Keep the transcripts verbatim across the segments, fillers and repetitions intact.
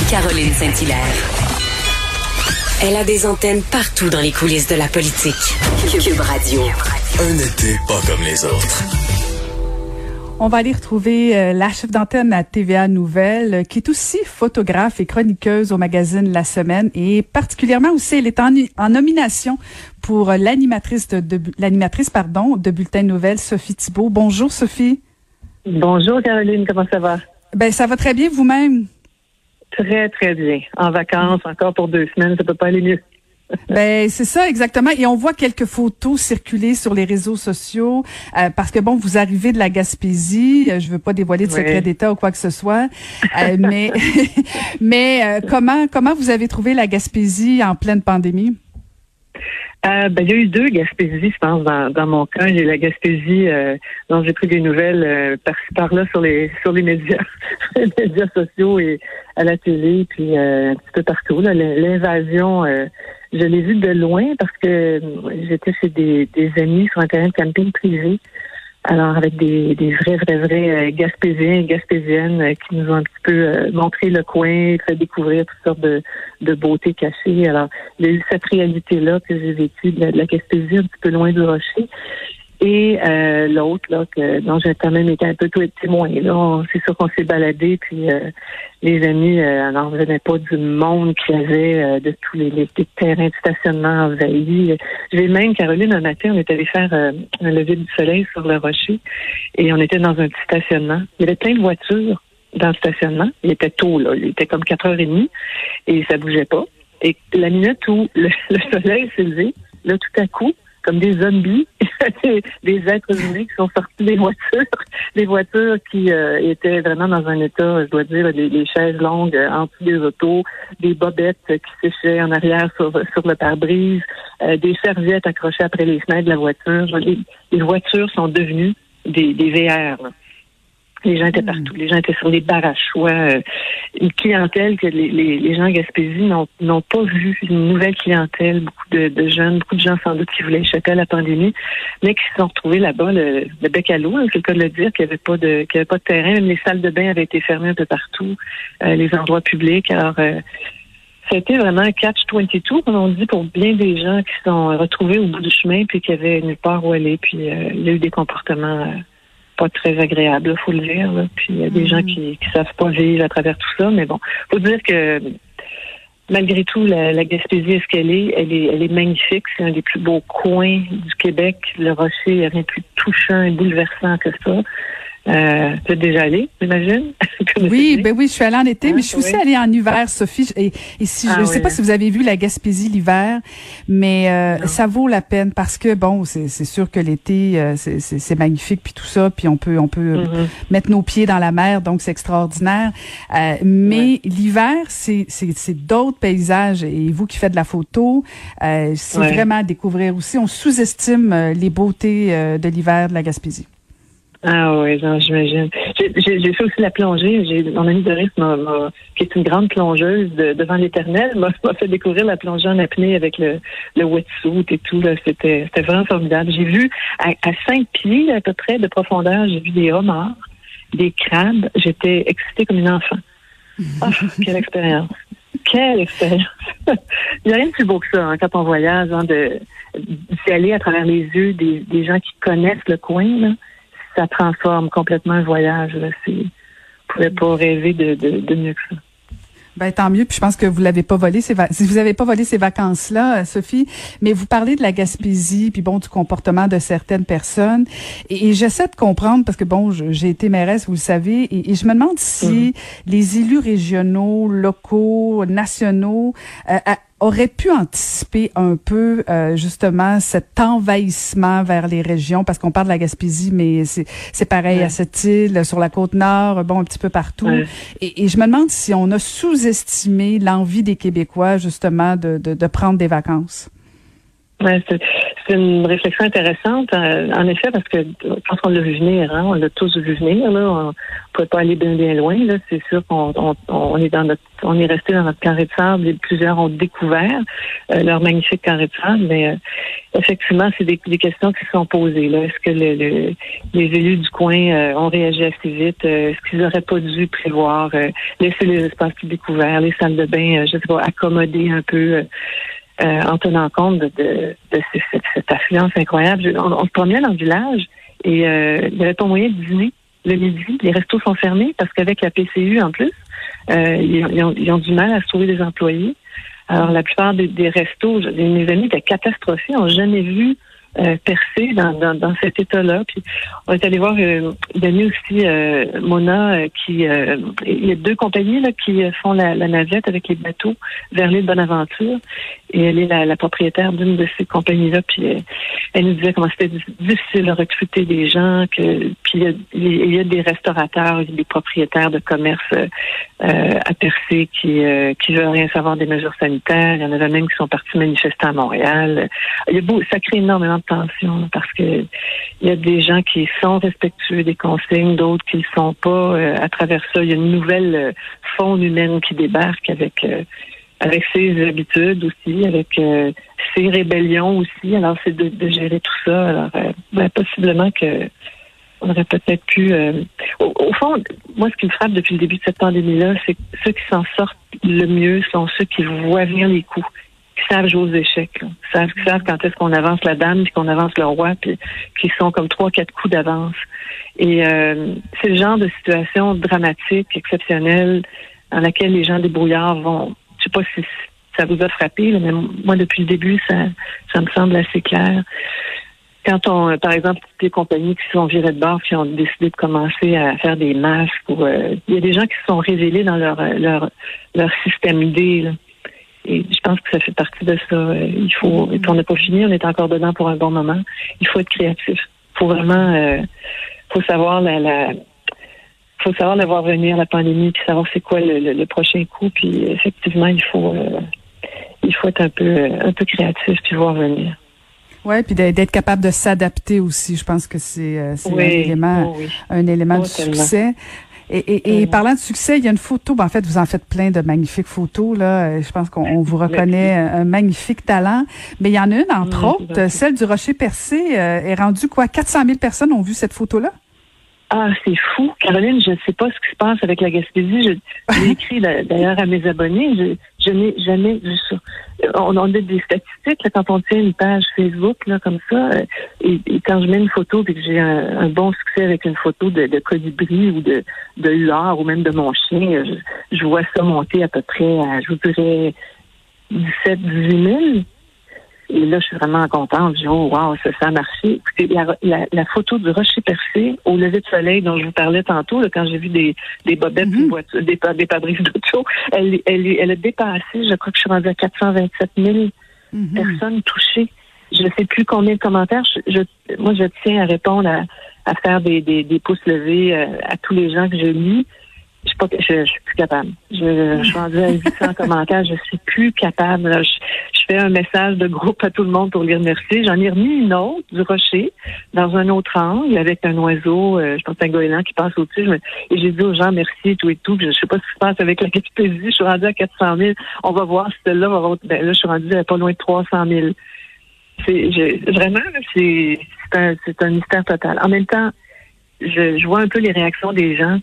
Caroline Saint-Hilaire. Elle a des antennes partout dans les coulisses de la politique. Cube Radio. Un été pas comme les autres. On va aller retrouver euh, la chef d'antenne à T V A Nouvelles, euh, qui est aussi photographe et chroniqueuse au magazine La Semaine, et particulièrement aussi, elle est en, en nomination pour euh, l'animatrice de, de l'animatrice pardon de Bulletin de Nouvelles, Sophie Thibault. Bonjour Sophie. Bonjour Caroline, comment ça va? Ben ça va très bien, vous-même? Très très bien. En vacances, encore pour deux semaines, ça peut pas aller mieux. Ben c'est ça exactement, et on voit quelques photos circuler sur les réseaux sociaux euh, parce que bon, vous arrivez de la Gaspésie, euh, je veux pas dévoiler de secret oui. d'État ou quoi que ce soit, euh, mais mais euh, comment comment vous avez trouvé la Gaspésie en pleine pandémie? Euh, ben, il y a eu deux Gaspésies, je pense, dans, dans mon cas. J'ai la Gaspésie euh, dont j'ai pris des nouvelles euh, par-ci par-là sur les sur les médias, les médias sociaux et à la télé, puis euh, un petit peu partout. Là, l'invasion, euh, je l'ai vue de loin parce que j'étais chez des, des amis sur un terrain de camping privé. Alors, avec des, des vrais, vrais, vrais euh, Gaspésiens et Gaspésiennes euh, qui nous ont un petit peu euh, montré le coin, fait découvrir toutes sortes de, de beautés cachées. Alors, il y a eu cette réalité-là que j'ai vécue de la, de la Gaspésie, un petit peu loin du rocher. Et euh, l'autre, là, que, dont j'ai quand même été un peu témoin. Là, on, c'est sûr qu'on s'est baladé, puis euh, les amis euh, n'en revenaient pas du monde qu'il y avait, euh, de tous les, les, les terrains de stationnement envahis. J'ai même, Caroline, un matin, on est allé faire euh, un lever du soleil sur le rocher, et on était dans un petit stationnement. Il y avait plein de voitures dans le stationnement. Il était tôt, là. Il était comme quatre heures trente, et ça bougeait pas. Et la minute où le, le soleil s'est levé, là, tout à coup, comme des zombies, des êtres humains qui sont sortis des voitures, des voitures qui euh, étaient vraiment dans un état, je dois dire, les, les chaises longues euh, en dessous des autos, des bobettes euh, qui séchaient en arrière sur, sur le pare-brise, euh, des serviettes accrochées après les fenêtres de la voiture. Les, les voitures sont devenues des, des V R, là. Les gens étaient partout. Les gens étaient sur les barres à choix. Euh, une clientèle que les, les, les gens à Gaspésie n'ont, n'ont pas vu. Une nouvelle clientèle, beaucoup de, de jeunes, beaucoup de gens sans doute qui voulaient échapper à la pandémie, mais qui se sont retrouvés là-bas, le, le bec à l'eau, hein, c'est le cas de le dire, qu'il n'y avait pas de, qu'il y avait pas de terrain. Même les salles de bain avaient été fermées un peu partout, euh, les endroits publics. Alors, euh, c'était vraiment un catch vingt-deux, comme on dit, pour bien des gens qui se sont retrouvés au bout du chemin puis qui avaient nulle part où aller. Puis, euh, il y a eu des comportements euh, pas très agréable, faut le dire. Là. Puis il y a des mmh. gens qui qui savent pas vivre à travers tout ça, mais bon, faut dire que malgré tout, la, la Gaspésie est ce qu'elle est, elle est, elle est magnifique. C'est un des plus beaux coins du Québec. Le rocher, il n'y a rien de plus touchant et bouleversant que ça. Euh, tu es déjà allée, j'imagine? Oui, ben oui, je suis allée en été, ah, mais je suis oui. aussi allée en hiver, Sophie. Et, et si, ah, je ne oui, sais pas hein. si vous avez vu la Gaspésie l'hiver, mais euh, ça vaut la peine parce que bon, c'est, c'est sûr que l'été, euh, c'est, c'est, c'est magnifique puis tout ça, puis on peut, on peut mm-hmm. mettre nos pieds dans la mer, donc c'est extraordinaire. Euh, mais ouais. l'hiver, c'est, c'est, c'est d'autres paysages. Et vous qui faites de la photo, euh, c'est ouais. vraiment à découvrir aussi. On sous-estime euh, les beautés euh, de l'hiver de la Gaspésie. Ah oui, non, j'imagine. J'ai, j'ai, j'ai fait aussi la plongée. J'ai, mon amie Doris, m'a, m'a, qui est une grande plongeuse de, devant l'Éternel, m'a, m'a fait découvrir la plongée en apnée avec le, le wetsuit et tout. Là. C'était, c'était vraiment formidable. J'ai vu à, à cinq pieds à peu près de profondeur, j'ai vu des homards, des crabes. J'étais excitée comme une enfant. Oh, quelle expérience. Quelle expérience. Il n'y a rien de plus beau que ça hein, quand on voyage, hein, de, d'y aller à travers les yeux des, des gens qui connaissent le coin, là. Ça transforme complètement un voyage. Là. C'est, je ne pouvais pas rêver de, de, de mieux que ça. Ben tant mieux. Puis je pense que vous l'avez pas volé ces va- si vous avez pas volé ces vacances-là, Sophie. Mais vous parlez de la Gaspésie, puis bon du comportement de certaines personnes. Et, et j'essaie de comprendre parce que bon, je, j'ai été mairesse, vous le savez, et, et je me demande si mmh. les élus régionaux, locaux, nationaux euh, à, aurait pu anticiper un peu euh, justement cet envahissement vers les régions, parce qu'on parle de la Gaspésie, mais c'est, c'est pareil ouais. à cette île, sur la Côte-Nord, bon, un petit peu partout. Ouais. Et, et je me demande si on a sous-estimé l'envie des Québécois justement de, de, de prendre des vacances. Ouais, c'est, c'est une réflexion intéressante, euh, en effet, parce que quand on l'a vu venir, hein, on l'a tous vu venir, là, on ne pouvait pas aller bien, bien loin, là, c'est sûr qu'on on, on est dans notre, on est resté dans notre carré de sable et plusieurs ont découvert euh, leur magnifique carré de sable, mais euh, effectivement, c'est des, des questions qui se sont posées, là. Est-ce que le, le, les élus du coin euh, ont réagi assez vite? Euh, est-ce qu'ils n'auraient pas dû prévoir, euh, laisser les espaces publics ouverts, les salles de bain, euh, je sais pas, accommoder un peu, euh, Euh, en tenant compte de, de, de cette, cette affluence incroyable. On, on se promenait dans le village et euh, il n'y avait pas moyen de dîner le midi. Les restos sont fermés parce qu'avec la P C U en plus, euh, ils, ils, ont, ils ont du mal à se trouver des employés. Alors la plupart des, des restos, mes amis étaient catastrophés, n'ont jamais vu euh, percer dans, dans, dans cet état-là. Puis on est allé voir, euh, il y a eu aussi euh, Mona euh, qui, euh, il y a deux compagnies là qui font la, la navette avec les bateaux vers l'île Bonaventure. Et elle est la, la propriétaire d'une de ces compagnies-là. Puis elle, elle nous disait comment c'était difficile de recruter des gens, que puis il y a, il y a des restaurateurs, il y a des propriétaires de commerce euh, à Percé qui euh, qui veulent rien savoir des mesures sanitaires. Il y en avait même qui sont partis manifester à Montréal. Il y a beau, ça crée énormément de tension parce que il y a des gens qui sont respectueux des consignes, d'autres qui ne le sont pas. Euh, à travers ça, il y a une nouvelle euh, faune humaine qui débarque avec euh, avec ses habitudes aussi, avec euh, ses rébellions aussi. Alors, c'est de, de gérer tout ça. Alors, euh, ben, possiblement que on aurait peut-être pu... Euh, au, au fond, moi, ce qui me frappe depuis le début de cette pandémie-là, c'est que ceux qui s'en sortent le mieux sont ceux qui voient venir les coups, qui savent jouer aux échecs, là, qui savent, qui savent quand est-ce qu'on avance la dame, puis qu'on avance le roi, puis qui sont comme trois, quatre coups d'avance. Et euh, c'est le genre de situation dramatique, exceptionnelle, dans laquelle les gens débrouillards vont... Je sais pas si ça vous a frappé, là, mais moi, depuis le début, ça, ça me semble assez clair. Quand on, par exemple, des compagnies qui sont virées de bord, qui ont décidé de commencer à faire des masques, ou euh, il y a des gens qui se sont révélés dans leur leur leur système idée, là. Et je pense que ça fait partie de ça. Il faut, et puis on n'a pas fini, on est encore dedans pour un bon moment. Il faut être créatif. Il faut vraiment, euh, faut savoir la, la faut savoir la voir venir, la pandémie, puis savoir c'est quoi le, le, le prochain coup. Puis effectivement, il faut, euh, il faut être un peu, un peu créatif puis voir venir. Ouais, puis d'être capable de s'adapter aussi. Je pense que c'est, euh, c'est oui, un élément, oh oui. un élément oh, du tellement. succès. Et, et, et mmh. parlant de succès, il y a une photo. Ben, en fait, vous en faites plein de magnifiques photos là. Je pense qu'on on vous reconnaît un magnifique talent. Mais il y en a une, entre mmh, autres, celle du Rocher Percé, euh, est rendue quoi? quatre cent mille personnes ont vu cette photo-là? Ah, c'est fou. Caroline, je ne sais pas ce qui se passe avec la Gaspésie. Je, j'ai écrit d'ailleurs à mes abonnés. Je, je n'ai jamais vu ça. On, on a des statistiques là, quand on tient une page Facebook là comme ça. Et, et quand je mets une photo et que j'ai un, un bon succès avec une photo de, de colibri ou de, de huard ou même de mon chien, je, je vois ça monter à peu près à, je vous dirais, dix-sept à dix-huit mille. Et là, je suis vraiment contente. Je dis, oh, wow, ça, ça a marché. Écoutez, la, la, la photo du Rocher Percé au lever de soleil dont je vous parlais tantôt, là, quand j'ai vu des, des bobettes, mm-hmm. voitures, des, des pare-brises d'auto, elle, elle, elle a dépassé, je crois que je suis rendue à quatre cent vingt-sept mille mm-hmm. personnes touchées. Je ne sais plus combien de commentaires. Je, je, moi, je tiens à répondre, à, à faire des, des, des pouces levés à, à tous les gens que je lis. Je suis pas, je, je suis plus capable. Je, je suis rendue à huit cents commentaires. Je suis plus capable. Là, je, je fais un message de groupe à tout le monde pour les remercier. J'en ai remis une autre du rocher dans un autre angle avec un oiseau, euh, je pense un goéland qui passe au-dessus. Je me, et j'ai dit aux gens merci et tout et tout. Je, je sais pas ce qui se passe avec la Gaspésie. Je suis rendue à quatre cent mille. On va voir si celle-là va. Ben là, je suis rendue à pas loin de trois cent mille. C'est je, vraiment c'est c'est un c'est un mystère total. En même temps, je, je vois un peu les réactions des gens.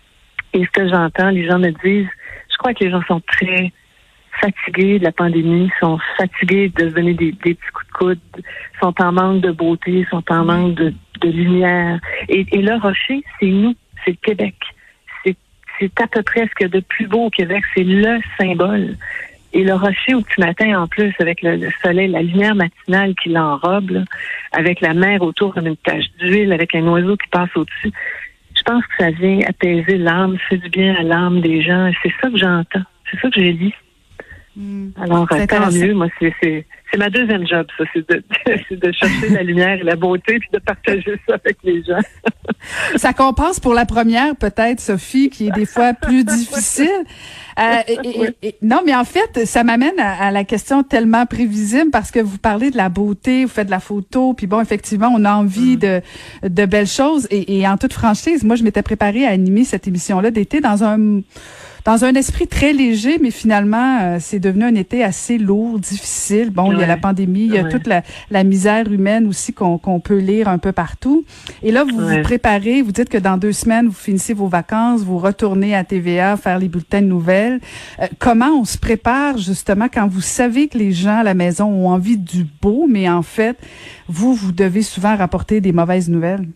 Et ce que j'entends, les gens me disent, je crois que les gens sont très fatigués de la pandémie, sont fatigués de se donner des, des petits coups de coude, sont en manque de beauté, sont en manque de, de lumière. Et, et le Rocher, c'est nous, c'est le Québec. C'est, c'est à peu près ce qu'il y a de plus beau au Québec, c'est le symbole. Et le Rocher au petit matin, en plus, avec le, le soleil, la lumière matinale qui l'enrobe, là, avec la mer autour comme une tache d'huile, avec un oiseau qui passe au-dessus. Je pense que ça vient apaiser l'âme, fait du bien à l'âme des gens. C'est ça que j'entends. C'est ça que j'ai dit. Mmh. Alors, c'est tant mieux. Moi, c'est, c'est, c'est ma deuxième job, ça. C'est de, c'est de chercher la lumière et la beauté puis de partager ça avec les gens. Ça compense pour la première, peut-être, Sophie, qui est des fois plus difficile. Euh, et, et, et, non, mais en fait, ça m'amène à, à la question tellement prévisible parce que vous parlez de la beauté, vous faites de la photo, puis bon, effectivement, on a envie mmh. de, de belles choses. Et, et en toute franchise, moi, je m'étais préparée à animer cette émission-là d'été dans un... dans un esprit très léger, mais finalement, euh, c'est devenu un été assez lourd, difficile. Bon, ouais. il y a la pandémie, il y a ouais. toute la, la misère humaine aussi qu'on, qu'on peut lire un peu partout. Et là, vous ouais. vous préparez, vous dites que dans deux semaines, vous finissez vos vacances, vous retournez à T V A faire les bulletins de nouvelles. Euh, comment on se prépare justement quand vous savez que les gens à la maison ont envie du beau, mais en fait, vous, vous devez souvent rapporter des mauvaises nouvelles?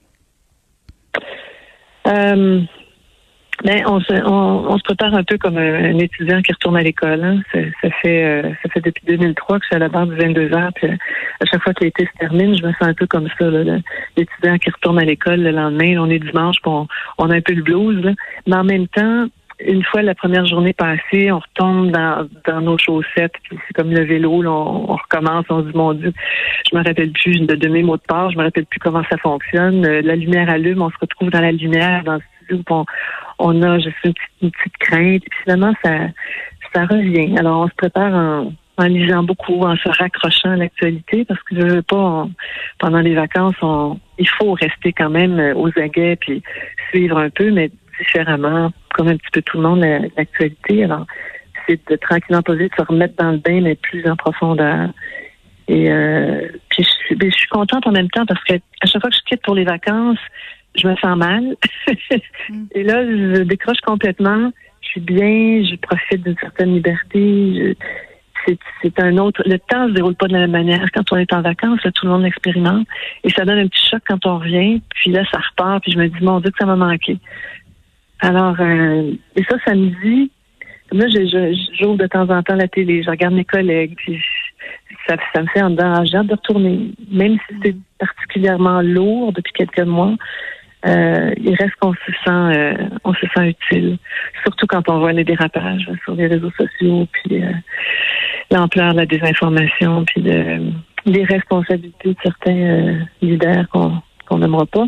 Euh... Ben, on se, on, on se prépare un peu comme un, un étudiant qui retourne à l'école. Hein. Ça, ça fait euh, ça fait depuis deux mille trois que je suis à la barre du vingt-deux heures. Puis à chaque fois que l'été se termine, je me sens un peu comme ça. Là, là, l'étudiant qui retourne à l'école le lendemain. On est dimanche, puis on, on a un peu le blues. Là. Mais en même temps, une fois la première journée passée, on retombe dans, dans nos chaussettes. Puis c'est comme le vélo. Là, on, on recommence. On se dit, mon Dieu, je me rappelle plus de, de mes mots de passe. Je me rappelle plus comment ça fonctionne. La lumière allume. On se retrouve dans la lumière, dans le studio. On, on a juste une petite, une petite crainte. Puis finalement, ça, ça revient. Alors, on se prépare en, en lisant beaucoup, en se raccrochant à l'actualité, parce que je veux pas, on, pendant les vacances, on, il faut rester quand même aux aguets puis suivre un peu, mais différemment, comme un petit peu tout le monde, l'actualité. Alors, c'est de tranquillement poser, de se remettre dans le bain, mais plus en profondeur. Et euh, puis je suis, je suis contente en même temps parce que à chaque fois que je quitte pour les vacances, je me sens mal. mm. Et là, je décroche complètement. Je suis bien, je profite d'une certaine liberté. Je, c'est, c'est un autre. Le temps se déroule pas de la même manière quand on est en vacances. Là, tout le monde l'expérimente. Et ça donne un petit choc quand on revient. Puis là, ça repart. Puis je me dis, mon Dieu, que ça m'a manqué. Alors, euh, et ça, ça me dit. Là, je, je, j'ouvre de temps en temps la télé. Je regarde mes collègues. Puis ça, ça me fait en dedans. J'ai hâte de retourner. Même si c'est particulièrement lourd depuis quelques mois. Euh, il reste qu'on se sent euh, on se sent utile, surtout quand on voit les dérapages sur les réseaux sociaux, puis euh, l'ampleur de la désinformation, puis de, les responsabilités de certains euh, leaders qu'on qu'on n'aimera pas.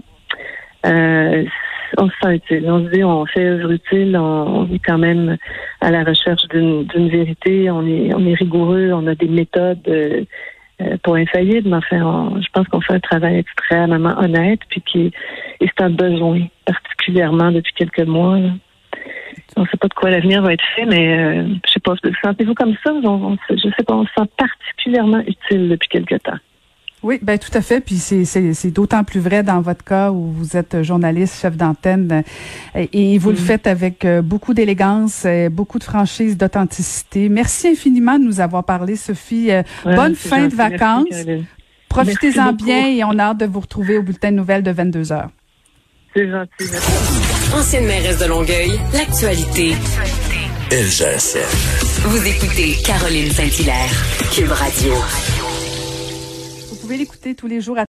Euh, on se sent utile. On se dit on fait œuvre utile, on, on est quand même à la recherche d'une, d'une vérité, on est on est rigoureux, on a des méthodes euh, pas infaillible, mais enfin, on, je pense qu'on fait un travail extrêmement honnête, puis qui et c'est un besoin, particulièrement depuis quelques mois. Là. On ne sait pas de quoi l'avenir va être fait, mais euh, je sais pas, sentez-vous comme ça? On, on, je sais pas, on se sent particulièrement utile depuis quelques temps. Oui, ben tout à fait. Puis c'est, c'est, c'est d'autant plus vrai dans votre cas où vous êtes journaliste, chef d'antenne, et, et vous mmh. le faites avec beaucoup d'élégance, beaucoup de franchise, d'authenticité. Merci infiniment de nous avoir parlé, Sophie. Ouais, bonne fin gentil. de vacances. Merci, Profitez-en bien et on a hâte de vous retrouver au bulletin de nouvelles de vingt-deux heures. C'est gentil. Merci. Ancienne mairesse de Longueuil, l'actualité. Elle gère ça. Vous écoutez Caroline Saint-Hilaire, Cube Radio. Vous pouvez l'écouter tous les jours à